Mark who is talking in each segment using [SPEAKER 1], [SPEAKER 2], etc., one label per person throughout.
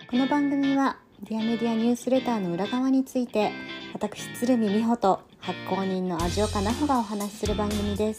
[SPEAKER 1] この番組はディアメディアニュースレターの裏側について私鶴見美穂と発行人の味岡奈穂がお話しする番組です。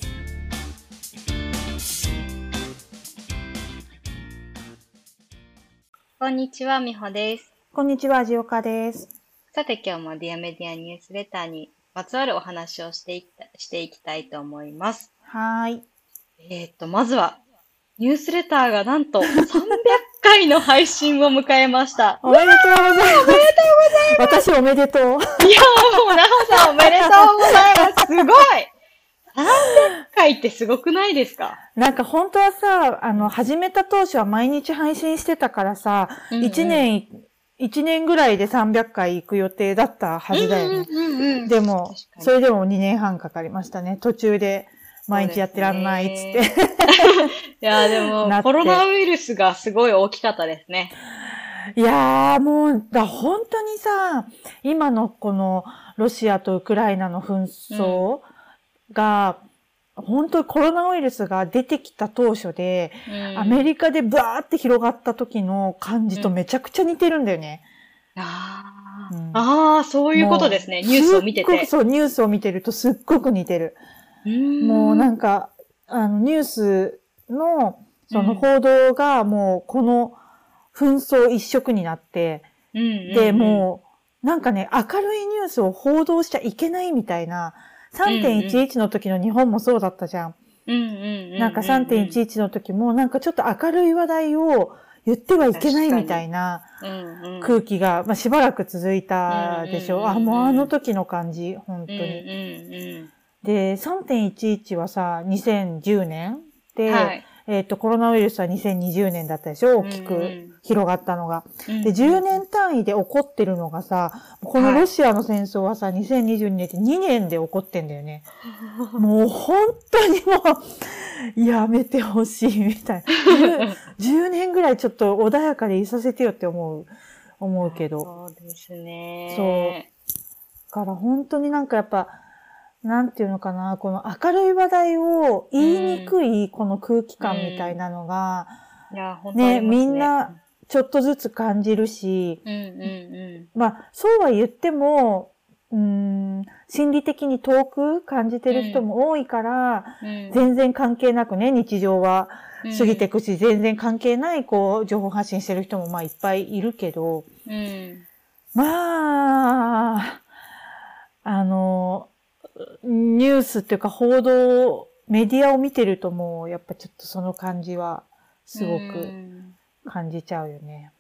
[SPEAKER 2] こんにちは、美穂です。
[SPEAKER 3] こんにちは、味岡です。
[SPEAKER 2] さて今日もディアメディアニュースレターにまつわるお話をしていきたいと思います。
[SPEAKER 3] はーい。
[SPEAKER 2] まずはニュースレターがなんと300回の配信を迎えました。
[SPEAKER 3] おめでとうございます。おめでとうございます。私おめでとう。
[SPEAKER 2] いやもう、奈穂さんおめでとうございます。すごい !300 回ってすごくないですか？
[SPEAKER 3] なんか本当はさ、始めた当初は毎日配信してたからさ、1年ぐらいで300回行く予定だったはずだよね。でも、それでも2年半かかりましたね。途中で毎日やってらんないっつって。
[SPEAKER 2] いやでも、コロナウイルスがすごい大きかったですね。
[SPEAKER 3] いやーもう、本当にさ、今のこのロシアとウクライナの紛争が、本当にコロナウイルスが出てきた当初で、アメリカでバーって広がった時の感じとめちゃくちゃ似てるんだよね。
[SPEAKER 2] そういうことですね。ニュースを見てて。
[SPEAKER 3] そう、ニュースを見てるとすっごく似てる。もうなんか、ニュースの、その報道がもうこの紛争一色になって、で、もう、なんかね、明るいニュースを報道しちゃいけないみたいな、3.11 の時の日本もそうだったじゃん。なんか 3.11 の時もなんかちょっと明るい話題を言ってはいけないみたいな空気が、しばらく続いたでしょ。もうあの時の感じ、本当に。で、3.11 はさ、2010年で、コロナウイルスは2020年だったでしょ、大きく広がったのが。で、10年単位で起こってるのがさ、このロシアの戦争はさ、2022年って2年で起こってんだよね。もう本当にもう、やめてほしいみたいな。10年ぐらいちょっと穏やかでいさせてよって思うけど。
[SPEAKER 2] そうですね。
[SPEAKER 3] そう。だから本当になんかやっぱ、なんていうのかな、この明るい話題を言いにくいこの空気感みたいなのが、ね、みんなちょっとずつ感じるし、そうは言っても、心理的に遠く感じてる人も多いから、全然関係なくね、日常は過ぎていくし、全然関係ない、情報発信してる人もいっぱいいるけど、ニュースっていうか報道、メディアを見てるともうやっぱちょっとその感じはすごく感じちゃうよね。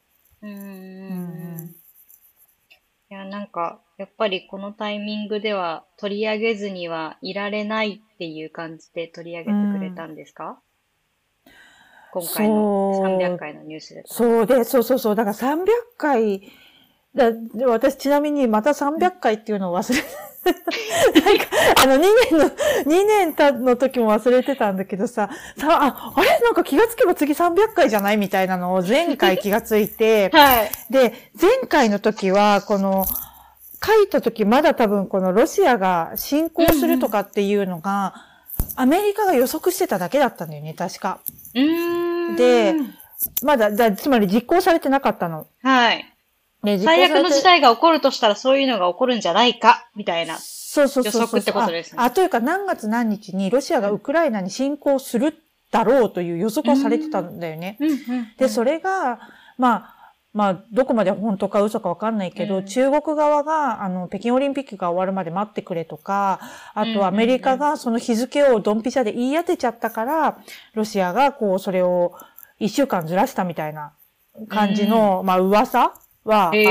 [SPEAKER 2] いや、なんか、やっぱりこのタイミングでは取り上げずにはいられないっていう感じで取り上げてくれたんですか？今回の300回のニュースで。
[SPEAKER 3] そう。だから300回、私ちなみにまた300回っていうのを忘れなんか、2年の時も忘れてたんだけどさ、あれなんか気がつけば次300回じゃないみたいなのを前回気がついて、で、前回の時は、書いた時まだ多分このロシアが侵攻するとかっていうのが、アメリカが予測してただけだったんだよね、確か。で、まだ、つまり実行されてなかったの。
[SPEAKER 2] 最悪の事態が起こるとしたらそういうのが起こるんじゃないか、みたいな。予測ってことですね。
[SPEAKER 3] というか何月何日にロシアがウクライナに侵攻するだろうという予測をされてたんだよね。で、それが、どこまで本当か嘘かわかんないけど、中国側が、北京オリンピックが終わるまで待ってくれとか、あとアメリカがその日付をドンピシャで言い当てちゃったから、ロシアがそれを1週間ずらしたみたいな感じの、噂はあって。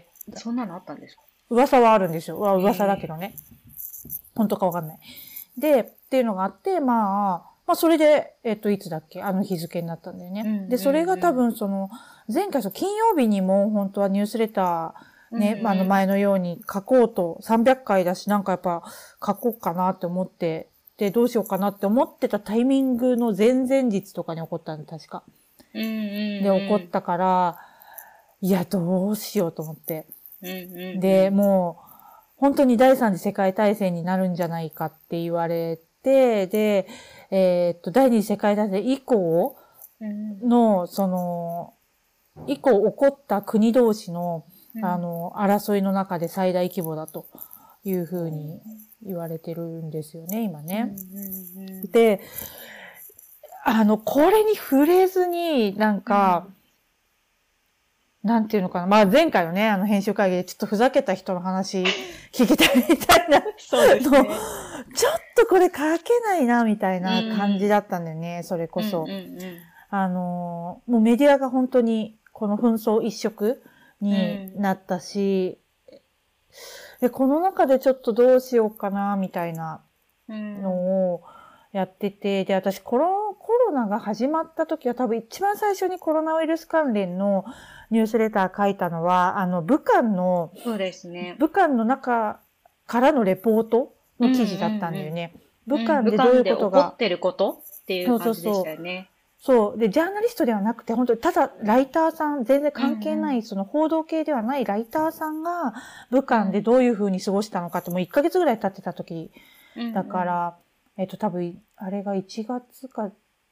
[SPEAKER 2] そんなのあったんですか？
[SPEAKER 3] 噂はあるんですよ。噂だけどね。本当かわかんない。で、っていうのがあって、それで、いつだっけ？日付になったんだよね。で、それが多分前回金曜日にも本当はニュースレターね、前のように書こうと、300回だし、なんかやっぱ書こうかなって思って、で、どうしようかなって思ってたタイミングの前々日とかに起こったんだ、確か。で、起こったから、いや、どうしようと思って。で、もう、本当に第三次世界大戦になるんじゃないかって言われて、で、第二次世界大戦以降の、 以降起こった国同士の、
[SPEAKER 2] うん。
[SPEAKER 3] 争いの中で最大規模だというふうに言われてるんですよね、今
[SPEAKER 2] うん
[SPEAKER 3] ね。
[SPEAKER 2] うん
[SPEAKER 3] で、これに触れずに、なん
[SPEAKER 2] う
[SPEAKER 3] か、
[SPEAKER 2] ん。
[SPEAKER 3] なんていうのかな。まあ前回のね、編集会議でちょっとふざけた人の話聞きたいみたいな
[SPEAKER 2] そうです
[SPEAKER 3] の、
[SPEAKER 2] ね。
[SPEAKER 3] ちょっとこれ書けないな、みたいうな感じ
[SPEAKER 2] ん。
[SPEAKER 3] だったんだよね、それ
[SPEAKER 2] うんうん
[SPEAKER 3] こそ。
[SPEAKER 2] う
[SPEAKER 3] もうメディアが本当にこの紛争一色
[SPEAKER 2] ん。う
[SPEAKER 3] に
[SPEAKER 2] ん。
[SPEAKER 3] なったし、で、この中でちょっとどうしようかな、みたいな
[SPEAKER 2] うん。
[SPEAKER 3] のをやってて、で、私コロナが始まった時は多分一番最初にコロナウイルス関連のニュースレター書いたのは、
[SPEAKER 2] そうですね。
[SPEAKER 3] 武漢の中からのレポート
[SPEAKER 2] うんう
[SPEAKER 3] の記事だったんだよ
[SPEAKER 2] ん
[SPEAKER 3] ね。
[SPEAKER 2] うん。うん。
[SPEAKER 3] 武漢でどういう
[SPEAKER 2] 武漢で起
[SPEAKER 3] ことが、
[SPEAKER 2] こってることっていう
[SPEAKER 3] そうそ
[SPEAKER 2] 感じでした
[SPEAKER 3] うそう。
[SPEAKER 2] よね。
[SPEAKER 3] そう。で、ジャーナリストではなくて、本当にただライターさん、全然
[SPEAKER 2] うん
[SPEAKER 3] 関係ない、その報道系ではないライターさんが武
[SPEAKER 2] うん。うん。
[SPEAKER 3] 漢でどういう風に過ごしたのかってもう1ヶ月ぐらい経ってた時
[SPEAKER 2] うん
[SPEAKER 3] だか
[SPEAKER 2] うん。
[SPEAKER 3] ら、多分、あれが1月か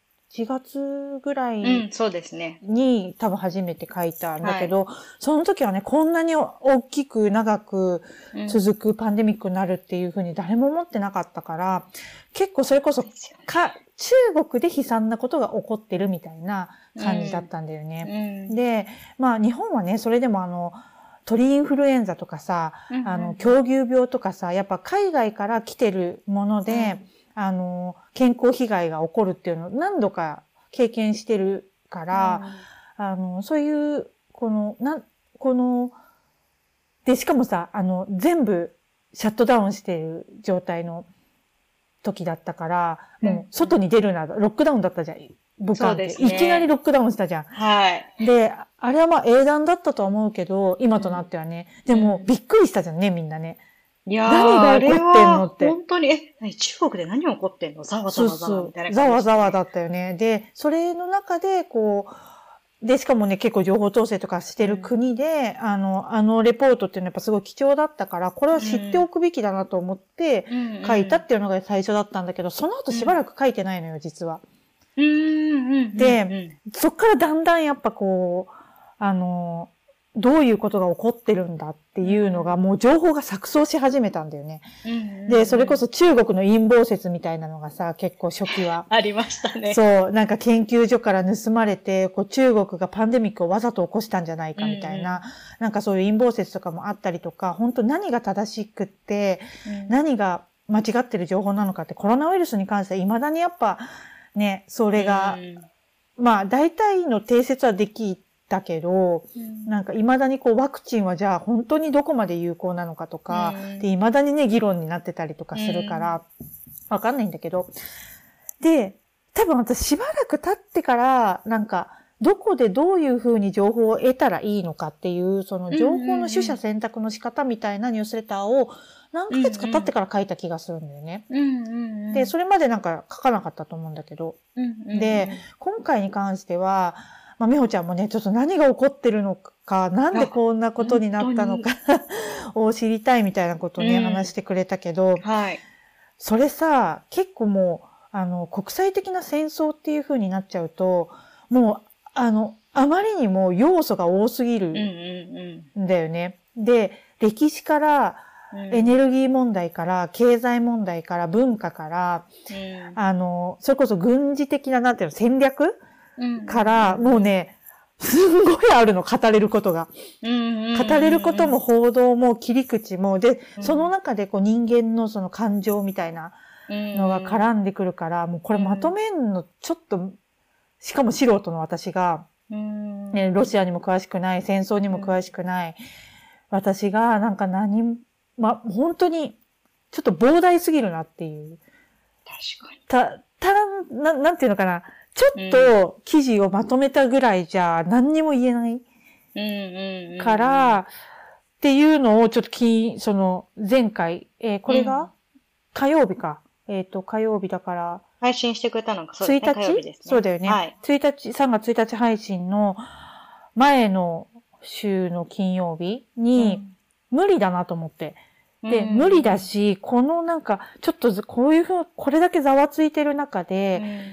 [SPEAKER 3] 4月ぐらい
[SPEAKER 2] うん、そうですね。
[SPEAKER 3] に多分初めて書いたんだ
[SPEAKER 2] はい。
[SPEAKER 3] けど、その時はね、こんなに大きく長く
[SPEAKER 2] うん。
[SPEAKER 3] 続くパンデミックになるっていう風に誰も思ってなかったから、結構それこそ
[SPEAKER 2] ですよ
[SPEAKER 3] 中国で悲惨なことが起こってるみたいな感じだっ
[SPEAKER 2] ね。
[SPEAKER 3] たんだよ
[SPEAKER 2] う
[SPEAKER 3] ね。
[SPEAKER 2] ん。
[SPEAKER 3] で、まあ日本はね、それでも鳥インフルエンザとかさ、
[SPEAKER 2] うん。うん。
[SPEAKER 3] 狂牛病とかさ、やっぱ海外から来てるもので、
[SPEAKER 2] うん。
[SPEAKER 3] 健康被害が起こるっていうのを何度か経験してるか
[SPEAKER 2] う
[SPEAKER 3] ら、
[SPEAKER 2] ん。
[SPEAKER 3] そういう、この、で、しかもさ、全部シャットダウンしてる状態の時だったから、
[SPEAKER 2] うん。
[SPEAKER 3] もう外に出るな、ロックダウンだったじゃん。武
[SPEAKER 2] そうで
[SPEAKER 3] 漢って。いきなり
[SPEAKER 2] すね。
[SPEAKER 3] ロックダウンしたじゃ
[SPEAKER 2] はい。
[SPEAKER 3] ん。で、あれはまあ英断だったとは思うけど、今となっ
[SPEAKER 2] うん。
[SPEAKER 3] てはね。
[SPEAKER 2] う
[SPEAKER 3] でも、びっ
[SPEAKER 2] ん。
[SPEAKER 3] くりしたじゃんね、みんなね。
[SPEAKER 2] いやー、
[SPEAKER 3] 何が
[SPEAKER 2] あれ
[SPEAKER 3] 起こってんの
[SPEAKER 2] は
[SPEAKER 3] って。
[SPEAKER 2] 本当に、何中国で何起こってんのざわざ
[SPEAKER 3] そう
[SPEAKER 2] わざわみ
[SPEAKER 3] そう。
[SPEAKER 2] たいな感じで
[SPEAKER 3] ざわざわだ
[SPEAKER 2] したね。
[SPEAKER 3] ったよね。で、それの中で、で、しかもね、結構情報統制とかしてる
[SPEAKER 2] うん。
[SPEAKER 3] 国で、レポートっていうのはやっぱすごい貴重だったから、これは知ってお
[SPEAKER 2] うん。
[SPEAKER 3] くべきだなと思って
[SPEAKER 2] うん
[SPEAKER 3] 書いたっ
[SPEAKER 2] うん。
[SPEAKER 3] ていうのが最初だったんだけど、その後しば
[SPEAKER 2] うん。
[SPEAKER 3] らく書いてないのよ、実は。
[SPEAKER 2] うんうんうん
[SPEAKER 3] で、
[SPEAKER 2] うん。
[SPEAKER 3] そっからだんだんやっぱあの、どういうことが起こってるんだって
[SPEAKER 2] う
[SPEAKER 3] いうのが、
[SPEAKER 2] ん。
[SPEAKER 3] もう情報が錯綜し始めたんだよね。
[SPEAKER 2] うんう
[SPEAKER 3] で、それこ
[SPEAKER 2] んうん。
[SPEAKER 3] そ中国の陰謀説みたいなのがさ、結構初期は。
[SPEAKER 2] ありましたね。
[SPEAKER 3] そう、なんか研究所から盗まれて、中国がパンデミックをわざと起こしたんじゃない
[SPEAKER 2] うん
[SPEAKER 3] かみたいな、
[SPEAKER 2] う
[SPEAKER 3] なんかそういう陰謀説とかもあったりとか、本当何が正しくって、
[SPEAKER 2] ん。うん。
[SPEAKER 3] 何が間違ってる情報なのかって、コロナウイルスに関しては未だにやっぱね、そ
[SPEAKER 2] う
[SPEAKER 3] れが、
[SPEAKER 2] ん。
[SPEAKER 3] まあ大体の定説はできたけど、
[SPEAKER 2] うん。
[SPEAKER 3] なんか未だにワクチンはじゃあ本当にどこまで有効なのかと
[SPEAKER 2] う
[SPEAKER 3] か、で、
[SPEAKER 2] ん。
[SPEAKER 3] 未だにね、議論になってたりとか
[SPEAKER 2] う
[SPEAKER 3] するか
[SPEAKER 2] ん。
[SPEAKER 3] ら、わかんないんだけど、で、多分私しばらく経ってから、なんか、どこでどういうふうに情報を得たらいいのかっていう、その
[SPEAKER 2] うん
[SPEAKER 3] 情報の取捨
[SPEAKER 2] うん
[SPEAKER 3] 選択の仕方みたいなニュースレターを何
[SPEAKER 2] うん。う
[SPEAKER 3] ヶ月か経って
[SPEAKER 2] ん
[SPEAKER 3] から書いた気がするんだよね。
[SPEAKER 2] うんうんう
[SPEAKER 3] で、
[SPEAKER 2] ん。
[SPEAKER 3] それまでなんか書かなかったと思うんだけど。
[SPEAKER 2] うんうん
[SPEAKER 3] で、
[SPEAKER 2] うん。
[SPEAKER 3] 今回に関しては、まあ、美穂ちゃんもね、ちょっと何が起こってるのか、なんで
[SPEAKER 2] あ、
[SPEAKER 3] こんなこと
[SPEAKER 2] 本
[SPEAKER 3] になったのか
[SPEAKER 2] 当に。
[SPEAKER 3] を知りたいみたいなこと
[SPEAKER 2] う
[SPEAKER 3] をね、話し
[SPEAKER 2] ん。
[SPEAKER 3] てくれたけど、
[SPEAKER 2] はい。
[SPEAKER 3] それさ、結構もう、国際的な戦争っていう風になっちゃうと、もう、あまりにも要素が多すぎ
[SPEAKER 2] うん
[SPEAKER 3] る
[SPEAKER 2] う
[SPEAKER 3] んだよね。で、歴史から、
[SPEAKER 2] んうん。
[SPEAKER 3] エネルギー問題から、経済問題から、文化から、
[SPEAKER 2] うん。
[SPEAKER 3] それこそ軍事的な、なんていうの、戦略
[SPEAKER 2] うんうん
[SPEAKER 3] から、
[SPEAKER 2] うんうん。
[SPEAKER 3] もうね、すんごいあるの、語れることが。
[SPEAKER 2] うんうん
[SPEAKER 3] 語れることも
[SPEAKER 2] うん
[SPEAKER 3] 報道も切り口も、で、その
[SPEAKER 2] うん。
[SPEAKER 3] 中で人間のその感情みたいな
[SPEAKER 2] う
[SPEAKER 3] のが
[SPEAKER 2] ん。
[SPEAKER 3] 絡んでくるから、もうこれまと
[SPEAKER 2] うん。
[SPEAKER 3] めんのちょっと、しかも素人の私が、
[SPEAKER 2] う
[SPEAKER 3] ね、ロシ
[SPEAKER 2] ん。
[SPEAKER 3] アにも詳しくない、戦争にも詳
[SPEAKER 2] うん。
[SPEAKER 3] しくない、私がなんか本当に、ちょっと膨大すぎるなっていう。
[SPEAKER 2] 確か
[SPEAKER 3] なんていうのかな。ちょっ
[SPEAKER 2] に。うん。
[SPEAKER 3] と記事をまとめたぐらいじゃ何にも言えない
[SPEAKER 2] うんうん
[SPEAKER 3] か
[SPEAKER 2] うんうん。
[SPEAKER 3] ら、っていうのをちょっと前回、これが
[SPEAKER 2] うん。
[SPEAKER 3] 火曜日か。火曜日だから、
[SPEAKER 2] 配信してくれたのがそうで
[SPEAKER 3] 1
[SPEAKER 2] すね。火曜日
[SPEAKER 3] 日
[SPEAKER 2] ですね。
[SPEAKER 3] そうだよね。
[SPEAKER 2] はい。
[SPEAKER 3] 3月1日配信の前の週の金曜日に、
[SPEAKER 2] うん。
[SPEAKER 3] 無理だなと思って。
[SPEAKER 2] う
[SPEAKER 3] で、無理だ
[SPEAKER 2] ん。
[SPEAKER 3] し、これだけざわついてる中
[SPEAKER 2] う
[SPEAKER 3] で、
[SPEAKER 2] ん。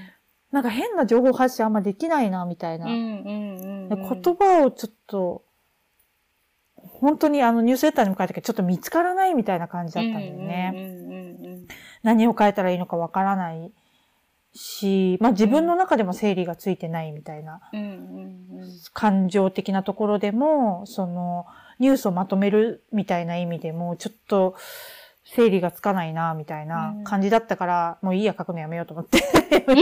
[SPEAKER 3] なんか変な情報発信あんまできないな、みたいな。言葉をちょっと、本当にニュースレターにも書いたけど、ちょっと見つからないみたいな感じだったんだよね。何を書いたらいいのかわからないし、まあ自分の中でも整理がついてないみたいな、感情的なところでも、ニュースをまとめるみたいな意味でも、ちょっと整理がつかないな、みたいな感じだったから、もういいや、書くのやめようと思って。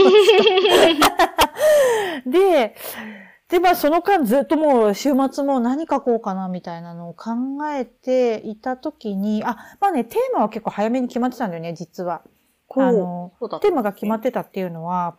[SPEAKER 3] で、まあその間ずっともう週末も何書こうかなみたいなのを考えていたときに、まあね、テーマは結構早めに決まってたんだよね、実は。テーマが決まってたっていうのは、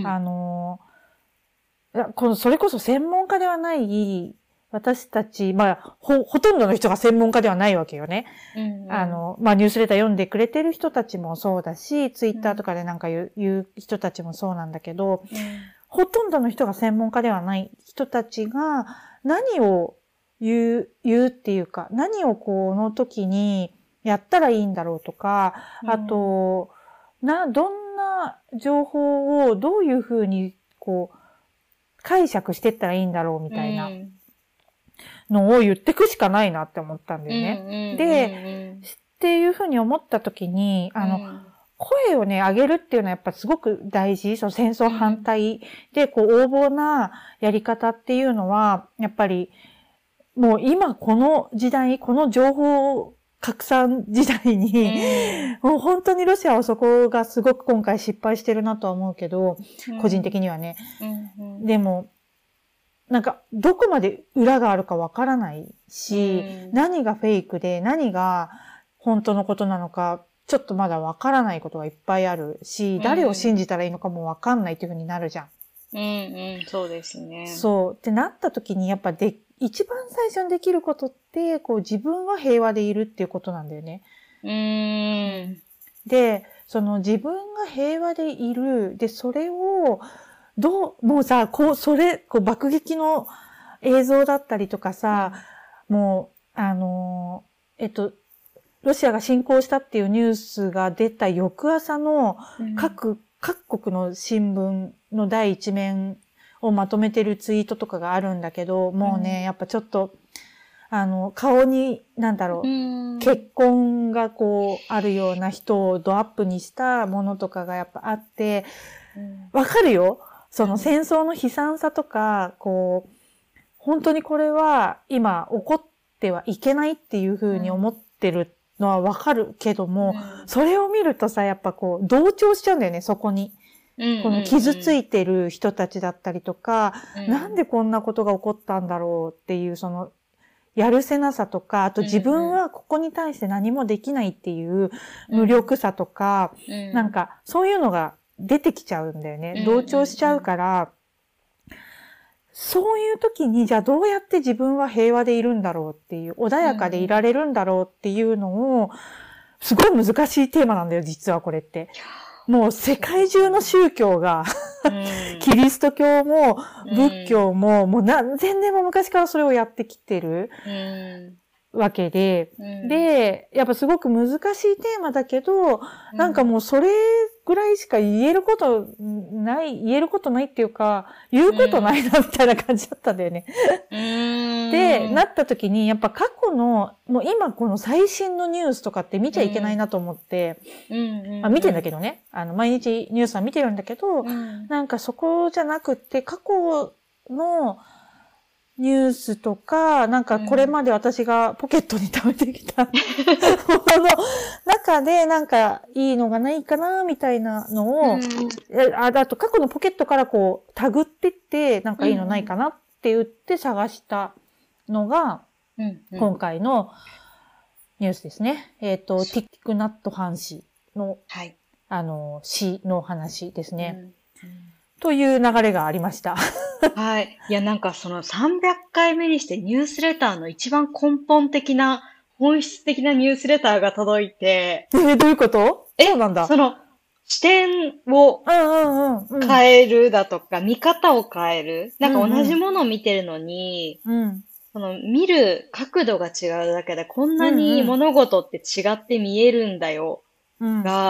[SPEAKER 3] それこそ専門家ではない私たち、まあ、ほとんどの人が専門家ではないわけよね。まあニュースレター読んでくれてる人たちもそうだし、ツイッターとかでなんか言う人たちもそうなんだけど、ほとんどの人が専門家ではない人たちが何を言うっていうか、何をこの時にやったらいいんだろうとか、あと、どんな情報をどういうふうにこう解釈していったらいいんだろうみたいなのを言ってくしかないなって思ったんだよね。で、っていうふうに思った時に、声をね、上げるっていうのはやっぱすごく大事。その戦争反対で、こう、横暴なやり方っていうのは、やっぱり、もう今この時代、この情報拡散時代に、もう本当にロシアはそこがすごく今回失敗してるなとは思うけど、個人的にはね。でも、なんか、どこまで裏があるかわからないし、何がフェイクで何が本当のことなのか、ちょっとまだわからないことがいっぱいあるし、誰を信じたらいいのかもわかんないっていう風になるじゃん。
[SPEAKER 2] そうですね。
[SPEAKER 3] そう。ってなった時に、やっぱ一番最初にできることって、こう自分は平和でいるっていうことなんだよね。で、自分が平和でいる。で、それを、もうさ、爆撃の映像だったりとかさ、もう、ロシアが侵攻したっていうニュースが出た翌朝の各国の新聞の第一面をまとめてるツイートとかがあるんだけど、もうね、やっぱちょっと、顔に、結婚がこう、あるような人をドアップにしたものとかがやっぱあって、わかるよ。その戦争の悲惨さとか、こう、本当にこれは今起こってはいけないっていうふうに思ってるのはわかるけども、それを見るとさ、やっぱこう、同調しちゃうんだよね、そこに。この傷ついてる人たちだったりとか、なんでこんなことが起こったんだろうっていう、やるせなさとか、あと自分はここに対して何もできないっていう無力さとか、なんかそういうのが出てきちゃうんだよね。同調しちゃうから、そういう時に、じゃあどうやって自分は平和でいるんだろうっていう、穏やかでいられるんだろうっていうのを、すごい難しいテーマなんだよ、実はこれって。もう世界中の宗教がキリスト教も仏教ももう何千年も昔からそれをやってきてるわけで、で、やっぱすごく難しいテーマだけど、なんかもうそれぐらいしか言えることないっていうか、言うことないなみたいな感じだったんだよね。で、なった時に、やっぱ過去の、もう今この最新のニュースとかって見ちゃいけないなと思って、見てんだけどね。毎日ニュースは見てるんだけど、なんかそこじゃなくって、過去のニュースとか、なんかこれまで私がポケットに貯めてきたものの中でなんかいいのがないかなみたいなのを、あと過去のポケットからこうタグってってなんかいいのないかなって言って探したのが、今回のニュースですね。ティックナットハン氏の、詩の話ですね。という流れがありました。
[SPEAKER 2] はい。いや、なんかその300回目にしてニュースレターの一番根本的な、本質的なニュースレターが届いて。
[SPEAKER 3] どういうこと？そうなんだ。
[SPEAKER 2] その視点を変えるだとか、見方を変える。なんか同じものを見てるのに、その見る角度が違うだけでこんなに物事って違って見えるんだよ。が、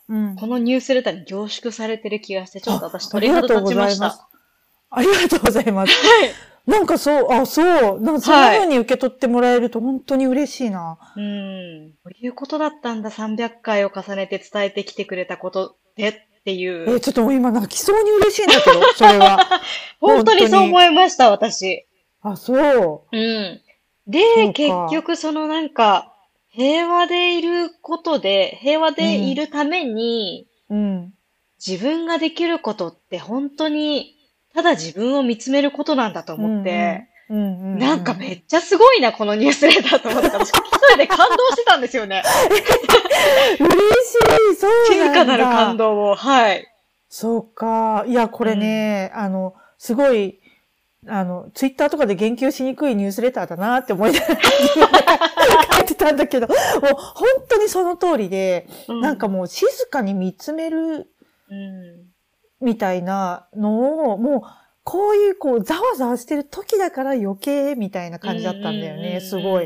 [SPEAKER 3] うん。
[SPEAKER 2] このニュースレターに凝縮されてる気がして、ちょっと私
[SPEAKER 3] ありが
[SPEAKER 2] 鳥肌立
[SPEAKER 3] とうござい
[SPEAKER 2] ちました。
[SPEAKER 3] ます。ありがとうございます。
[SPEAKER 2] はい。
[SPEAKER 3] なんかそう、そんな風に受け取ってもらえると本当に嬉しいな。
[SPEAKER 2] こういうことだったんだ、300回を重ねて伝えてきてくれたことでっていう。
[SPEAKER 3] ちょっともう今泣きそうに嬉しいんだけど、それは。
[SPEAKER 2] 本当にそう思いました、私。
[SPEAKER 3] そう。
[SPEAKER 2] で、結局なんか、平和でいるために、自分ができることって本当に、ただ自分を見つめることなんだと思って、なんかめっちゃすごいな、このニュースレターと思って、私一人で感動してたんですよね。
[SPEAKER 3] 嬉しい、そうなんだ。
[SPEAKER 2] 静かなる感動を、はい。
[SPEAKER 3] そうか。いや、これね、すごい、ツイッターとかで言及しにくいニュースレターだなって思いながら書いてたんだけど、もう本当にその通りで、なんかもう静かに見つめる、みたいなのを、もう、こういうざわざわしてる時だから余計みたいな感じだったんだよね、すごい。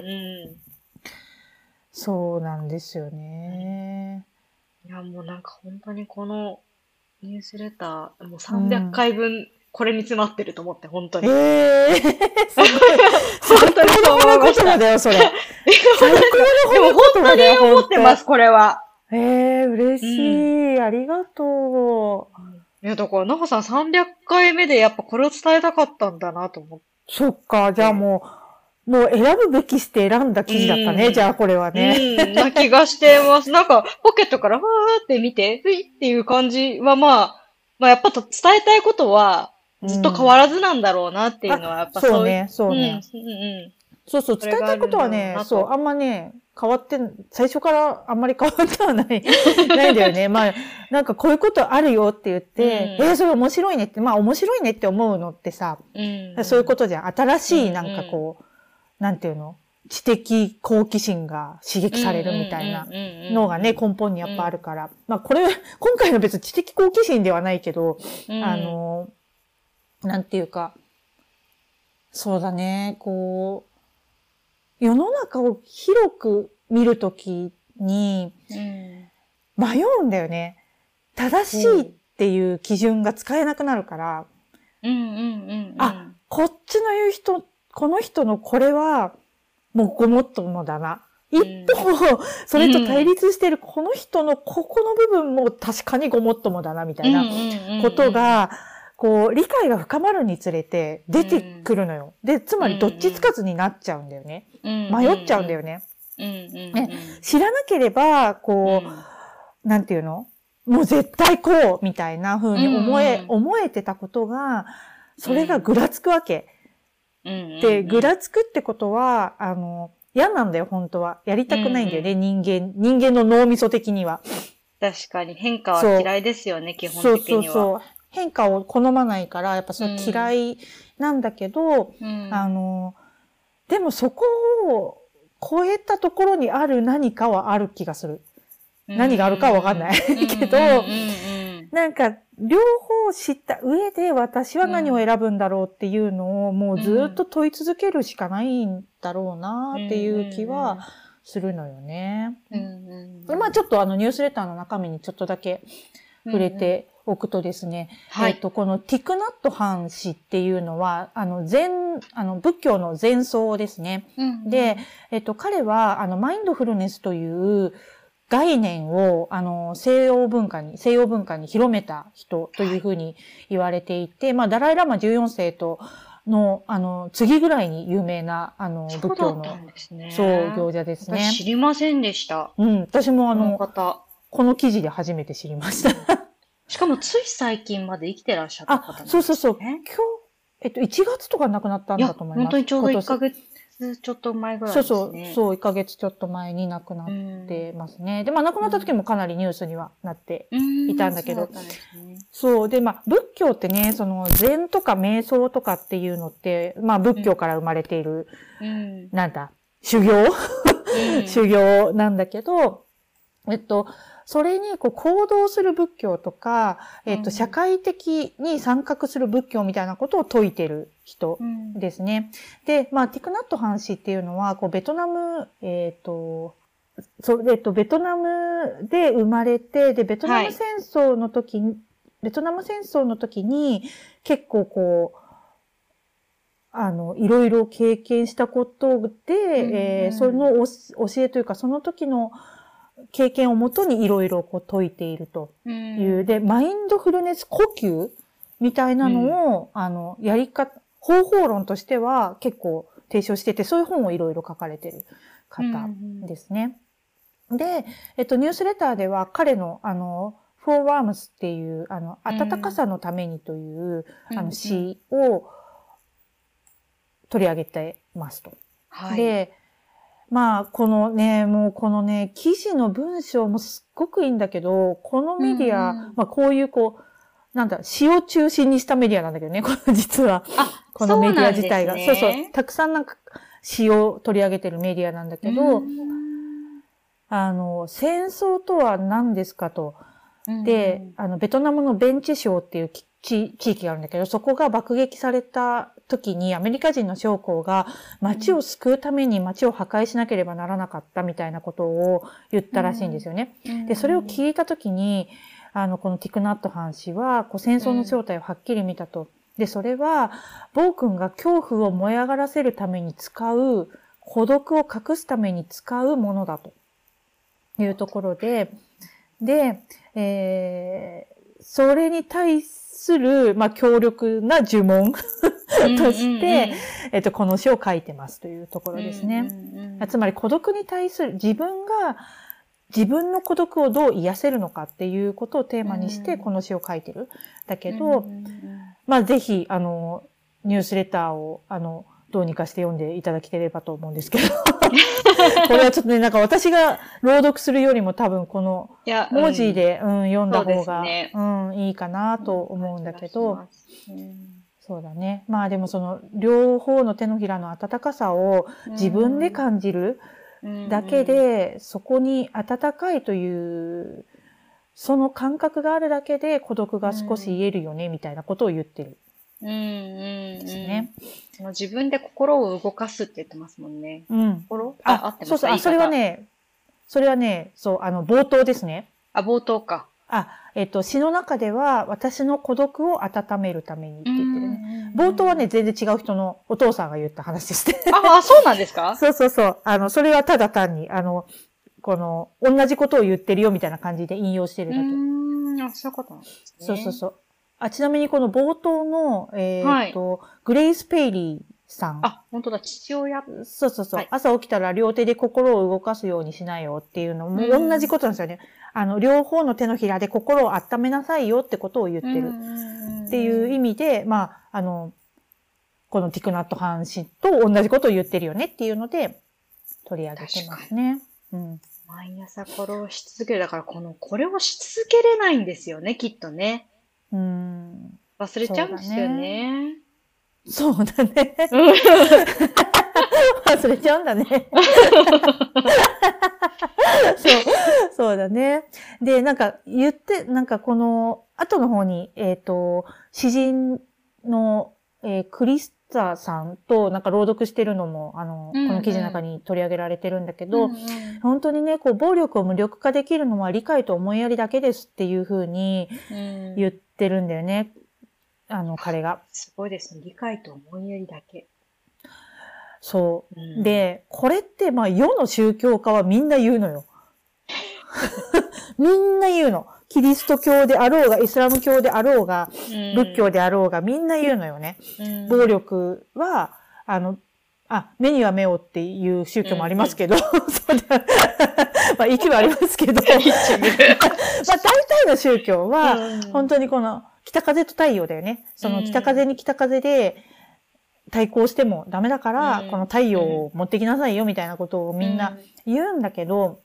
[SPEAKER 3] そうなんですよね。
[SPEAKER 2] いや、もうなんか本当にこのニュースレター、もう300回分、これに詰まってると思って、本当に。本当にそう思いました。
[SPEAKER 3] だよ、それ。
[SPEAKER 2] でも本当に思ってます、これは。
[SPEAKER 3] 嬉しい。ありがとう。
[SPEAKER 2] いや、だから、なほさん300回目でやっぱこれを伝えたかったんだなと思って。
[SPEAKER 3] そっか、じゃあもう選ぶべきして選んだ記事だったね、じゃあこれはね。
[SPEAKER 2] な気がしてます。なんか、ポケットからふーって見て、ふいっていう感じはまあやっぱ伝えたいことはずっと変わらずなんだろうなっていうのは、やっぱ
[SPEAKER 3] そうね。そうそう、伝えたいことはね、あんまね、最初からあんまり変わってはないんだよね。なんかこういうことあるよって言って、それ面白いねって、面白いねって思うのってさ、そういうことじゃん。新しいなんかなんていうの？知的好奇心が刺激されるみたいなのがね、根本にやっぱあるから。今回の別に知的好奇心ではないけど、なんていうか、そうだね、世の中を広く見るときに、迷うんだよね。正しいっていう基準が使えなくなるから、こっちの言う人、この人のこれは、もうごもっともだな。一方、それと対立してるこの人のここの部分も確かにごもっともだな、みたいなことが、理解が深まるにつれて出てくるのよ。で、つまりどっちつかずになっちゃうんだよね。迷っちゃうんだよね。知らなければ、なんていうの？もう絶対こうみたいな風に思えてたことが、それがぐらつくわけ。で、ぐらつくってことは、嫌なんだよ、本当は。やりたくないんだよね、人間の脳みそ的には。
[SPEAKER 2] 確かに変化は嫌いですよね、基本的には。
[SPEAKER 3] そう。変化を好まないから、やっぱそれ嫌いなんだけど、でもそこを超えたところにある何かはある気がする。何があるかはわかんないけど、なんか両方知った上で私は何を選ぶんだろうっていうのをもうずっと問い続けるしかないんだろうなっていう気はするのよね。ちょっとニュースレターの中身にちょっとだけ触れておくとですね、このティクナットハン氏っていうのは、仏教の禅僧ですね。で、彼は、マインドフルネスという概念を、西洋文化に広めた人というふうに言われていて、ダライラマ14世の、次ぐらいに有名な、仏教の、行者ですね。
[SPEAKER 2] 私知りませんでした。
[SPEAKER 3] 私もこの記事で初めて知りました。
[SPEAKER 2] しかもつい最近まで生きてらっしゃった方なんですね。
[SPEAKER 3] そう。今日、1月とか亡くなったんだと思います。
[SPEAKER 2] 本当にちょうど1ヶ月ちょっと前ぐらいですね。
[SPEAKER 3] そう、1ヶ月ちょっと前に亡くなってますね。で、亡くなった時もかなりニュースにはなっていたんだけど。そう。で、仏教ってね、禅とか瞑想とかっていうのって、仏教から生まれている、修行なんだけど、それに行動する仏教とか、社会的に参画する仏教みたいなことを説いてる人ですね。で、ティクナットハン氏っていうのは、ベトナム、 ベトナムで生まれて、で、ベトナム戦争の時に結構こう、いろいろ経験したことで、その教えというか、その時の経験をもとにいろいろこう説いているという。で、マインドフルネス呼吸みたいなのを、方法論としては結構提唱してて、そういう本をいろいろ書かれてる方ですね。で、ニュースレターでは彼の、For Warmth っていう、暖かさのためにという、詩を取り上げてますと。
[SPEAKER 2] はい。
[SPEAKER 3] で、まあ、このね、記事の文章もすっごくいいんだけど、このメディア、まあ、こういう詩を中心にしたメディアなんだけどね、実は。このメディア自体が。
[SPEAKER 2] そうなんですね。
[SPEAKER 3] そう。たくさん詩を取り上げてるメディアなんだけど、戦争とは何ですかと。で、ベトナムのベンチ省っていう地域があるんだけど、そこが爆撃された時にアメリカ人の将校が街を救うために街を破壊しなければならなかったみたいなことを言ったらしいんですよね。で、それを聞いた時に、このティク・ナットハン氏は、戦争の正体をはっきり見たと。で、それは、暴君が恐怖を燃え上がらせるために使う、孤独を隠すために使うものだというところで、それに対する、まあ、強力な呪文として、この詩を書いてますというところですね。つまり孤独に対する自分が自分の孤独をどう癒せるのかっていうことをテーマにしてこの詩を書いてる。だけど、まあ、ぜひ、ニュースレターを、どうにかして読んでいただければと思うんですけど。これはちょっとね、なんか私が朗読するよりも多分この文字で、読んだ方が、いいかなと思うんだけど、そうだね。まあでもその両方の手のひらの温かさを自分で感じるだけで、そこに温かいという、その感覚があるだけで孤独が少し癒えるよね、みたいなことを言ってる。ですね。
[SPEAKER 2] 自分で心を動かすって言ってますもんね。心？
[SPEAKER 3] 合ってます。そうそう、それはね、そう、冒頭ですね。
[SPEAKER 2] 冒頭か。
[SPEAKER 3] 詩の中では、私の孤独を温めるためにって言ってるね。冒頭はね、全然違う人のお父さんが言った話ですね。
[SPEAKER 2] そうなんですか？
[SPEAKER 3] そう。それはただ単に、同じことを言ってるよみたいな感じで引用してるだけ。
[SPEAKER 2] そういうことなんですね。
[SPEAKER 3] そう。ちなみにこの冒頭の、グレイス・ペイリーさん。
[SPEAKER 2] 本当だ、父親。
[SPEAKER 3] そう。朝起きたら両手で心を動かすようにしないよっていうのも同じことなんですよね。両方の手のひらで心を温めなさいよってことを言ってる。っていう意味で、まあ、このティク・ナット・ハン氏と同じことを言ってるよねっていうので取り上げてますね。
[SPEAKER 2] 毎朝これをし続ける。だからこれをし続けれないんですよね、きっとね。忘れちゃうんですよね。
[SPEAKER 3] そうだね。忘れちゃうんだね。そうだね。で、なんかこの後の方に、詩人の、クリスタさんとなんか朗読してるのも、この記事の中に取り上げられてるんだけど、本当にね、暴力を無力化できるのは理解と思いやりだけですっていう風に言ってるんだよね。彼が。
[SPEAKER 2] すごいですね。理解と思いやりだけ。
[SPEAKER 3] そう。で、これって、まあ、世の宗教家はみんな言うのよ。みんな言うの。キリスト教であろうが、イスラム教であろうが、仏教であろうが、みんな言うのよね。暴力は、目には目をっていう宗教もありますけど、まあ、一部ありますけど、まあ、大体の宗教は、本当にこの、北風と太陽だよね。その北風に北風で対抗してもダメだから、この太陽を持ってきなさいよみたいなことをみんな言うんだけど、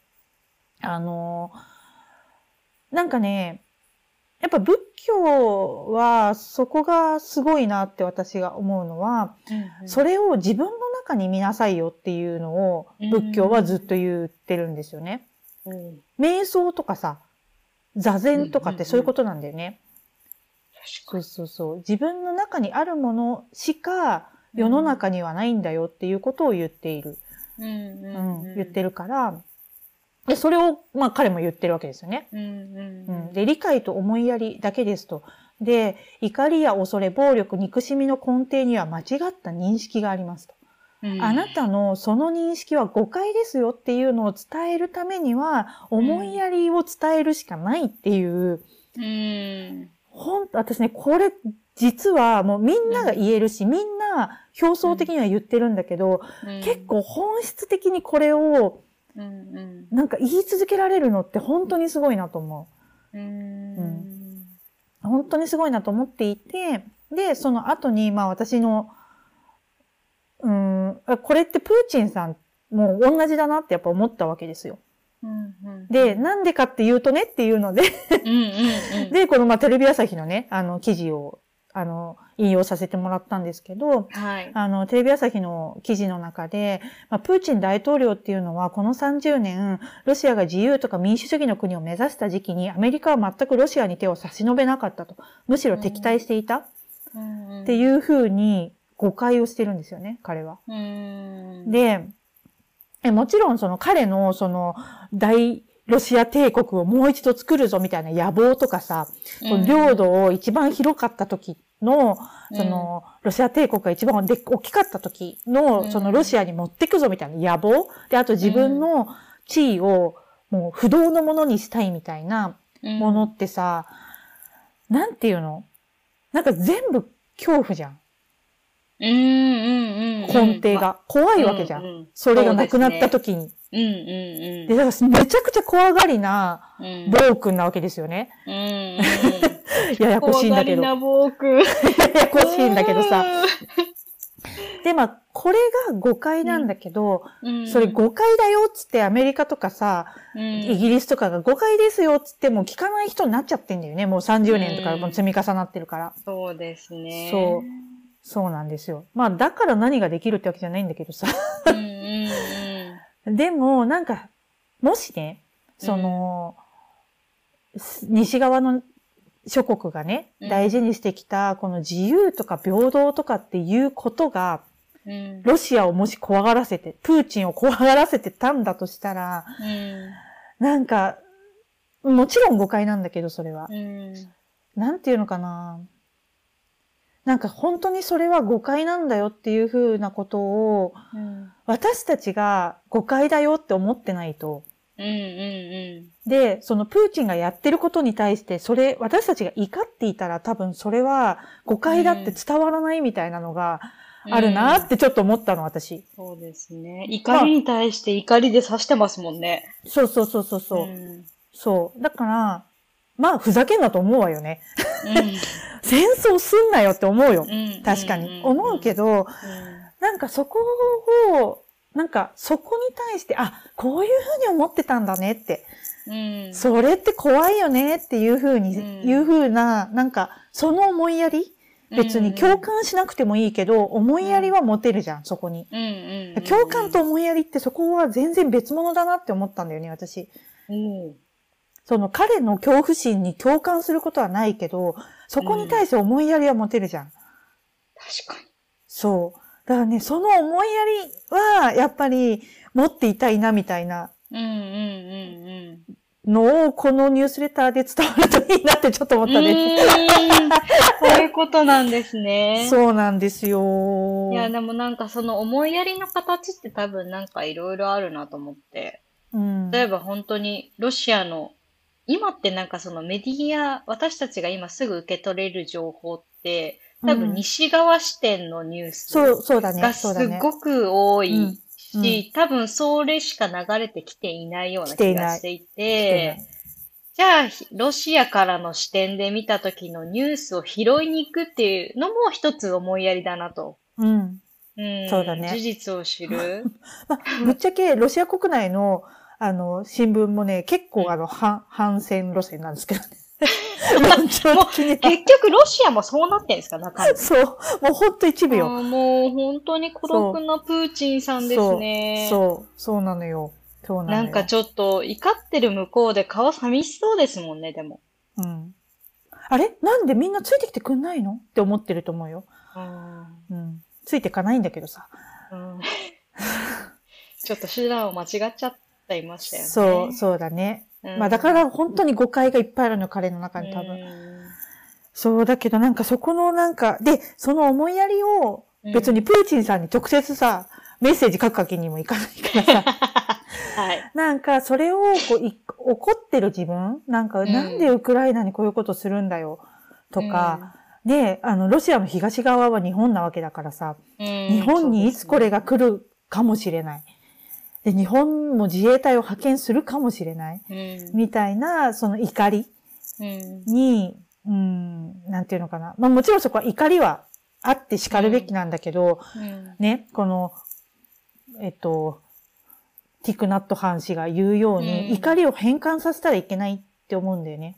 [SPEAKER 3] なんかね、やっぱ仏教はそこがすごいなって私が思うのは、それを自分の中に見なさいよっていうのを仏教はずっと言ってるんですよね。瞑想とかさ、座禅とかってそういうことなんだよね。そう。自分の中にあるものしか世の中にはないんだよっていうことを言っている。言ってるから、 で、それを、まあ彼も言ってるわけですよね。で、理解と思いやりだけですと。で、怒りや恐れ、暴力、憎しみの根底には間違った認識がありますと。あなたのその認識は誤解ですよっていうのを伝えるためには、思いやりを伝えるしかないっていう。私ね、これ、実はもうみんなが言えるし、みんな表層的には言ってるんだけど、結構本質的にこれを、なんか言い続けられるのって本当にすごいなと思う。本当にすごいなと思っていて、で、その後に、まあ私の、これってプーチンさんも同じだなってやっぱ思ったわけですよ。で、なんでかっていうとねっていうのでで、このまあテレビ朝日のね、記事を、引用させてもらったんですけど、
[SPEAKER 2] はい、
[SPEAKER 3] テレビ朝日の記事の中で、まあ、プーチン大統領っていうのはこの30年、ロシアが自由とか民主主義の国を目指した時期にアメリカは全くロシアに手を差し伸べなかったと。むしろ敵対していたっていうふうに誤解をしてるんですよね、彼は。で、もちろんその彼のその大ロシア帝国をもう一度作るぞみたいな野望とかさ、領土を一番広かった時の、そのロシア帝国が一番大きかった時の、そのロシアに持ってくぞみたいな野望で、あと自分の地位をもう不動のものにしたいみたいなものってさ、なんていうの？なんか全部恐怖じゃん。根底が。怖いわけじゃん。それがなくなった時に。で、だからめちゃくちゃ怖がりな暴君なわけですよね。ややこしいんだけど。
[SPEAKER 2] 怖がりな暴君。
[SPEAKER 3] ややこしいんだけどさ。で、まあ、これが誤解なんだけど、それ誤解だよっつってアメリカとかさ、イギリスとかが誤解ですよっつっても聞かない人になっちゃってんだよね。もう30年とかも積み重なってるから。
[SPEAKER 2] そうですね。
[SPEAKER 3] そうなんですよ。まあ、だから何ができるってわけじゃないんだけどさ。でも、なんか、もしね、その、西側の諸国がね、大事にしてきた、この自由とか平等とかっていうことが、ロシアをもし怖がらせて、プーチンを怖がらせてたんだとしたら、なんか、もちろん誤解なんだけど、それは。なんていうのかな。なんか本当にそれは誤解なんだよっていうふうなことを、私たちが誤解だよって思ってないと。で、そのプーチンがやってることに対して、私たちが怒っていたら多分それは誤解だって伝わらないみたいなのがあるなってちょっと思ったの、私。
[SPEAKER 2] そうですね。怒りに対して怒りで指してますもんね。
[SPEAKER 3] そう。そう。だから、まあ、ふざけんなと思うわよね。戦争すんなよって思うよ。確かに。思うけど、なんかそこを、なんかそこに対して、こういうふうに思ってたんだねって。それって怖いよねっていうふうに、いうふうな、なんか、その思いやり別に共感しなくてもいいけど、思いやりは持てるじゃん、そこに。共感と思いやりってそこは全然別物だなって思ったんだよね、私。その彼の恐怖心に共感することはないけど、そこに対して思いやりは持てるじゃん。
[SPEAKER 2] 確かに。
[SPEAKER 3] そう。だからね、その思いやりは、やっぱり持っていたいな、みたいな。のを、このニュースレターで伝わるといいなってちょっと思ったね。
[SPEAKER 2] そういうことなんですね。
[SPEAKER 3] そうなんですよ。
[SPEAKER 2] いや、でもなんかその思いやりの形って多分なんかいろいろあるなと思って。例えば本当にロシアの今ってなんかそのメディア、私たちが今すぐ受け取れる情報って、多分西側視点のニュースがすごく多いし、多分それしか流れてきていないような気がしていて、じゃあロシアからの視点で見た時のニュースを拾いに行くっていうのも一つ思いやりだなと。
[SPEAKER 3] そうだね。
[SPEAKER 2] 事実を知る。
[SPEAKER 3] ぶっちゃけロシア国内の新聞もね、結構反戦路線なんですけどね。
[SPEAKER 2] 結局ロシアもそうなってんですか、中身。
[SPEAKER 3] そう。もうほんと一部よ。
[SPEAKER 2] もう本当に孤独なプーチンさんですね。
[SPEAKER 3] そうなのよ。
[SPEAKER 2] なんかちょっと怒ってる向こうで顔寂しそうですもんね、でも。
[SPEAKER 3] あれなんでみんなついてきてくんないのって思ってると思うよ。ついてかないんだけどさ。
[SPEAKER 2] ちょっと手段を間違っちゃっちゃいましたよね。
[SPEAKER 3] そうだね。まあだから本当に誤解がいっぱいあるの、彼の中に多分。そうだけどなんかそこのなんか、で、その思いやりを別にプーチンさんに直接さ、メッセージ書くわけにもいかないからさ。
[SPEAKER 2] はい。
[SPEAKER 3] なんかそれをこう怒ってる自分なんか、なんでウクライナにこういうことするんだよとか、で、ロシアの東側は日本なわけだからさ、日本にいつこれが来るかもしれない。で、日本も自衛隊を派遣するかもしれない。みたいな、その怒りに、なんていうのかな。まあもちろんそこは怒りはあって叱るべきなんだけど、ね、この、ティクナット・ハン氏が言うように、怒りを変換させたらいけないって思うんだよね。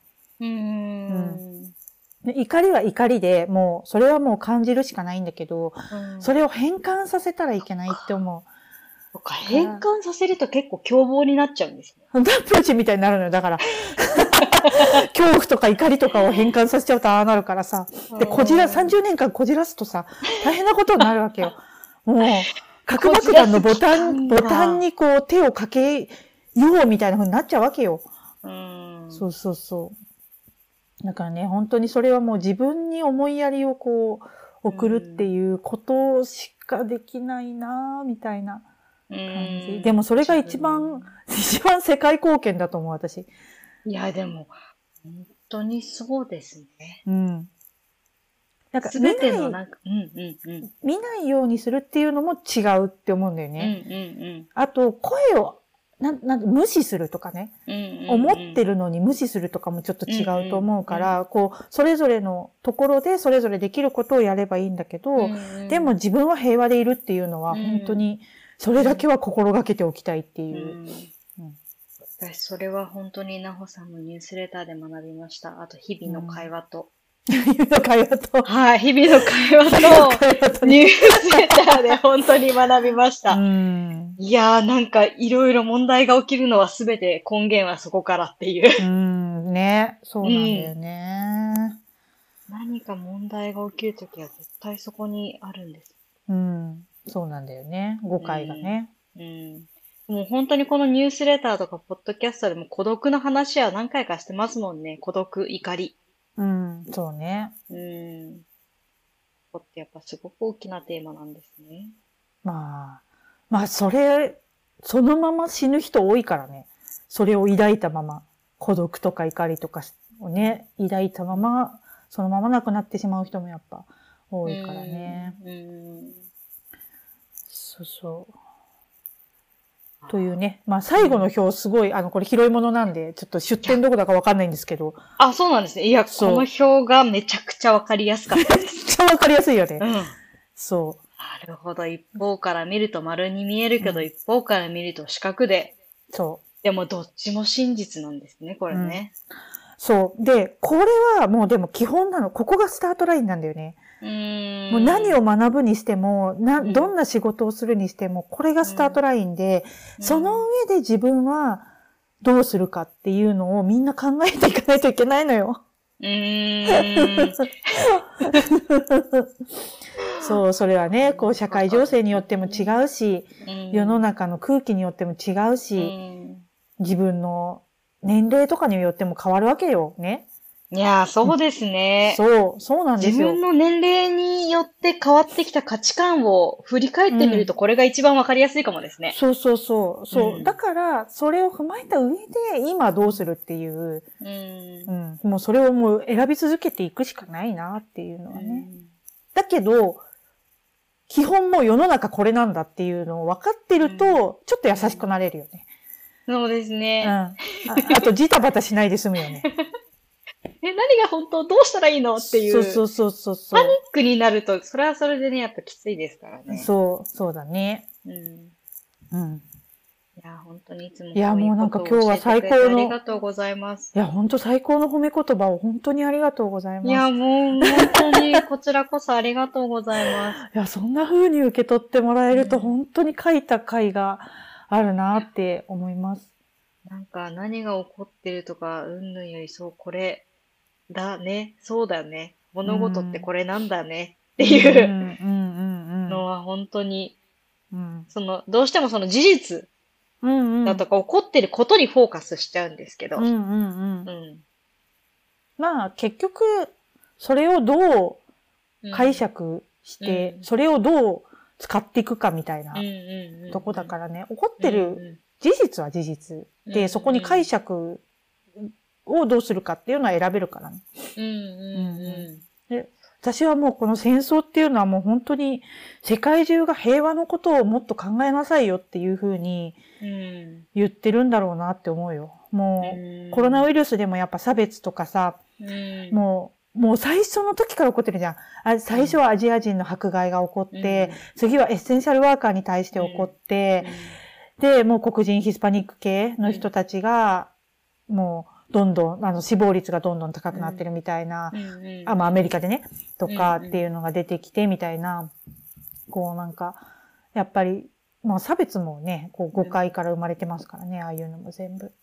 [SPEAKER 3] 怒りは怒りで、もう、それはもう感じるしかないんだけど、それを変換させたらいけないって思う。
[SPEAKER 2] そうか、変換させると結構凶暴になっちゃうんですね。
[SPEAKER 3] プーチンみたいになるのよ。だから、恐怖とか怒りとかを変換させちゃうとああなるからさ。で、30年間こじらすとさ、大変なことになるわけよ。もう、核爆弾のボタンにこう手をかけようみたいな風になっちゃうわけよ。そう。だからね、本当にそれはもう自分に思いやりをこう、送るっていうことしかできないなぁ、みたいな感じ。でもそれが一番世界貢献だと思う、私。
[SPEAKER 2] いや、でも、本当にそうですね。
[SPEAKER 3] なんか
[SPEAKER 2] 全てのなんか、
[SPEAKER 3] 見ないようにするっていうのも違うって思うんだよね。あと、声を無視するとかね、思ってるのに無視するとかもちょっと違うと思うから、こう、それぞれのところでそれぞれできることをやればいいんだけど、でも自分は平和でいるっていうのは本当に、それだけは心がけておきたいっていう。
[SPEAKER 2] 私、それは本当になほさんのニュースレターで学びました。あと、日々の会話と。
[SPEAKER 3] 日々の会話と。
[SPEAKER 2] はい、日々の会話と、ニュースレターで本当に学びました。いやー、なんか、いろいろ問題が起きるのはすべて根源はそこからっていう。
[SPEAKER 3] ね。そうなんだよね。
[SPEAKER 2] 何か問題が起きるときは絶対そこにあるんです。
[SPEAKER 3] そうなんだよね。誤解がね。
[SPEAKER 2] もう本当にこのニュースレターとかポッドキャストでも孤独の話は何回かしてますもんね。孤独、怒り。
[SPEAKER 3] そうね。
[SPEAKER 2] ここってやっぱすごく大きなテーマなんですね。
[SPEAKER 3] まあ、そのまま死ぬ人多いからね。それを抱いたまま、孤独とか怒りとかをね、抱いたまま、そのまま亡くなってしまう人もやっぱ多いからね。そう。というね。まあ、最後の表すごい、これ広いものなんで、ちょっと出典どこだかわかんないんですけど。
[SPEAKER 2] あ、そうなんですね。いや、この表がめちゃくちゃわかりやすかったです。
[SPEAKER 3] めっちゃわかりやすいよね。そう。
[SPEAKER 2] なるほど。一方から見ると丸に見えるけど、一方から見ると四角で。
[SPEAKER 3] そう。
[SPEAKER 2] でもどっちも真実なんですね、これね。
[SPEAKER 3] そう。で、これはもうでも基本なの。ここがスタートラインなんだよね。もう何を学ぶにしても、どんな仕事をするにしても、これがスタートラインで、その上で自分はどうするかっていうのをみんな考えていかないといけないのよ。そう、それはね、こう社会情勢によっても違うし、世の中の空気によっても違うし、自分の年齢とかによっても変わるわけよ、ね。
[SPEAKER 2] いやー、そうですね。
[SPEAKER 3] そうなんですよ。
[SPEAKER 2] 自分の年齢によって変わってきた価値観を振り返ってみると、これが一番わかりやすいかもですね。
[SPEAKER 3] そう。だから、それを踏まえた上で、今どうするっていう、もうそれをもう選び続けていくしかないなっていうのはね。だけど、基本もう世の中これなんだっていうのを分かってると、ちょっと優しくなれるよね。
[SPEAKER 2] そうですね。
[SPEAKER 3] あと、ジタバタしないで済むよね。
[SPEAKER 2] 何が本当どうしたらいいのっていう。
[SPEAKER 3] そう。
[SPEAKER 2] パニックになると、それはそれでね、やっぱきついですからね。
[SPEAKER 3] そうだね。
[SPEAKER 2] いや、本当にいつも。
[SPEAKER 3] いや、もうなんか今日は最高の。
[SPEAKER 2] ありがとうございます。
[SPEAKER 3] いや、本当最高の褒め言葉を本当にありがとうございます。
[SPEAKER 2] いや、もう本当にこちらこそありがとうございます。
[SPEAKER 3] いや、そんな風に受け取ってもらえると本当に書いた甲斐があるなって思います。
[SPEAKER 2] なんか何が起こってるとか、うんぬんよりこれだね、そうだね、物事ってこれなんだねっていうのは本当に、どうしてもその事実
[SPEAKER 3] うんうん。
[SPEAKER 2] だとか、起こってることにフォーカスしちゃうんですけど。
[SPEAKER 3] うんうんうん。
[SPEAKER 2] うん。
[SPEAKER 3] まあ結局、それをどう解釈して、それをどう使っていくかみたいなとこだからね、起こってる事実は事実で、そこに解釈をどうするかっていうのは選べるからね。で、私はもうこの戦争っていうのはもう本当に世界中が平和のことをもっと考えなさいよっていうふうに言ってるんだろうなって思うよ。もうコロナウイルスでもやっぱ差別とかさ、もう最初の時から起こってるじゃん。最初はアジア人の迫害が起こって、次はエッセンシャルワーカーに対して起こってで、もう黒人ヒスパニック系の人たちが、もうどんどん、死亡率がどんどん高くなってるみたいな、まあアメリカでね、とかっていうのが出てきてみたいな、こうなんか、やっぱり、まあ差別もね、こう誤解から生まれてますからね、ああいうのも全部。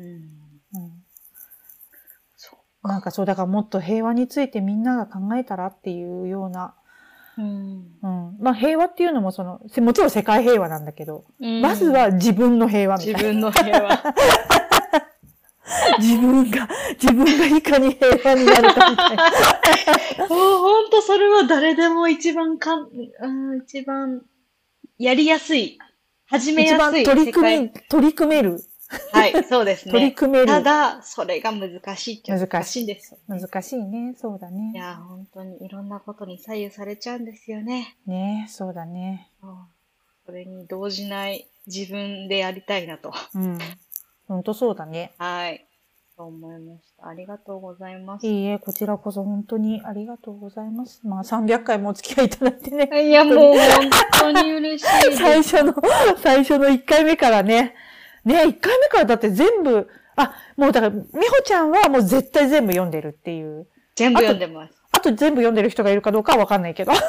[SPEAKER 3] なんかそう、だからもっと平和についてみんなが考えたらっていうような、まあ平和っていうのももちろん世界平和なんだけど、まずは自分の平和みたいな。
[SPEAKER 2] 自分の平和。
[SPEAKER 3] 自分がいかに平和になるかみたいな。
[SPEAKER 2] もうほんとそれは誰でも一番やりやすい、始めやすい。
[SPEAKER 3] 一番取り組める。
[SPEAKER 2] はい、そうですね。
[SPEAKER 3] 取り組める。
[SPEAKER 2] ただ、それが難しいって難しいんですよ、
[SPEAKER 3] ね。難しいね。そうだね。
[SPEAKER 2] いや、本当にいろんなことに左右されちゃうんですよね。
[SPEAKER 3] ね、そうだね。
[SPEAKER 2] それに動じない自分でやりたいなと。
[SPEAKER 3] 本当そうだね。
[SPEAKER 2] はい。そう思いました。ありがとうございます。
[SPEAKER 3] いいえ、こちらこそ本当にありがとうございます。まあ300回もお付き合いいただいてね。
[SPEAKER 2] いや、もう本当に嬉しいです。
[SPEAKER 3] 最初の1回目からね。1回目からだって全部、もうだから、美穂ちゃんはもう絶対全部読んでるっていう。
[SPEAKER 2] 全部読んでます。
[SPEAKER 3] あと全部読んでる人がいるかどうかはわかんないけど。あ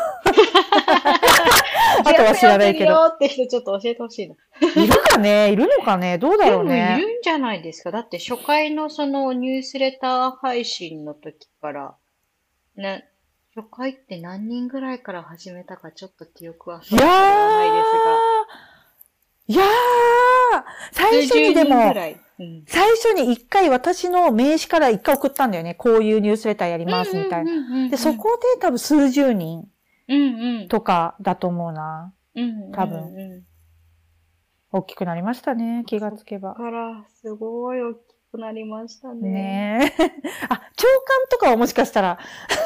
[SPEAKER 3] とは知らないけど。
[SPEAKER 2] 全部読んでるよって人ちょっと教えてほしいな。
[SPEAKER 3] いるかねいるのかねどうだろうね。
[SPEAKER 2] でもいるんじゃないですか。だって初回のそのニュースレター配信の時から、ね、初回って何人ぐらいから始めたかちょっと記憶はそうではないですが。
[SPEAKER 3] いやー、最初にでも、最初に一回私の名刺から一回送ったんだよね。こういうニュースレターやりますみたいな。で、そこで多分数十人とかだと思うな。多分。大きくなりましたね、気がつけば。
[SPEAKER 2] だから、すごい大きくなりましたね。
[SPEAKER 3] ねえ。長官とかはもしかしたら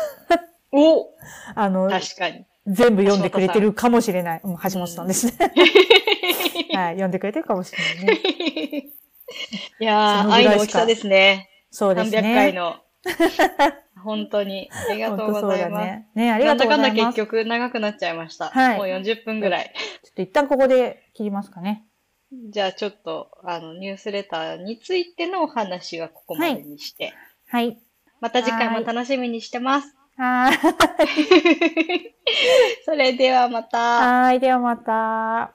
[SPEAKER 2] 確かに。
[SPEAKER 3] 全部読んでくれてるかもしれない。橋本さんですね。はい、読んでくれてるかもしれないね。
[SPEAKER 2] いやー、愛の大きさですね。
[SPEAKER 3] そうですね。
[SPEAKER 2] 300回の。本当に。ありがとうございます。
[SPEAKER 3] ね、ありがとうございます。
[SPEAKER 2] なんだかんだ結局長くなっちゃいました。もう40分ぐらい。
[SPEAKER 3] ちょっと一旦ここで切りますかね。
[SPEAKER 2] じゃあちょっと、ニュースレターについてのお話はここまでにして。
[SPEAKER 3] はい。
[SPEAKER 2] また次回も楽しみにしてます。
[SPEAKER 3] はい。
[SPEAKER 2] それではまた。
[SPEAKER 3] はい、ではまた。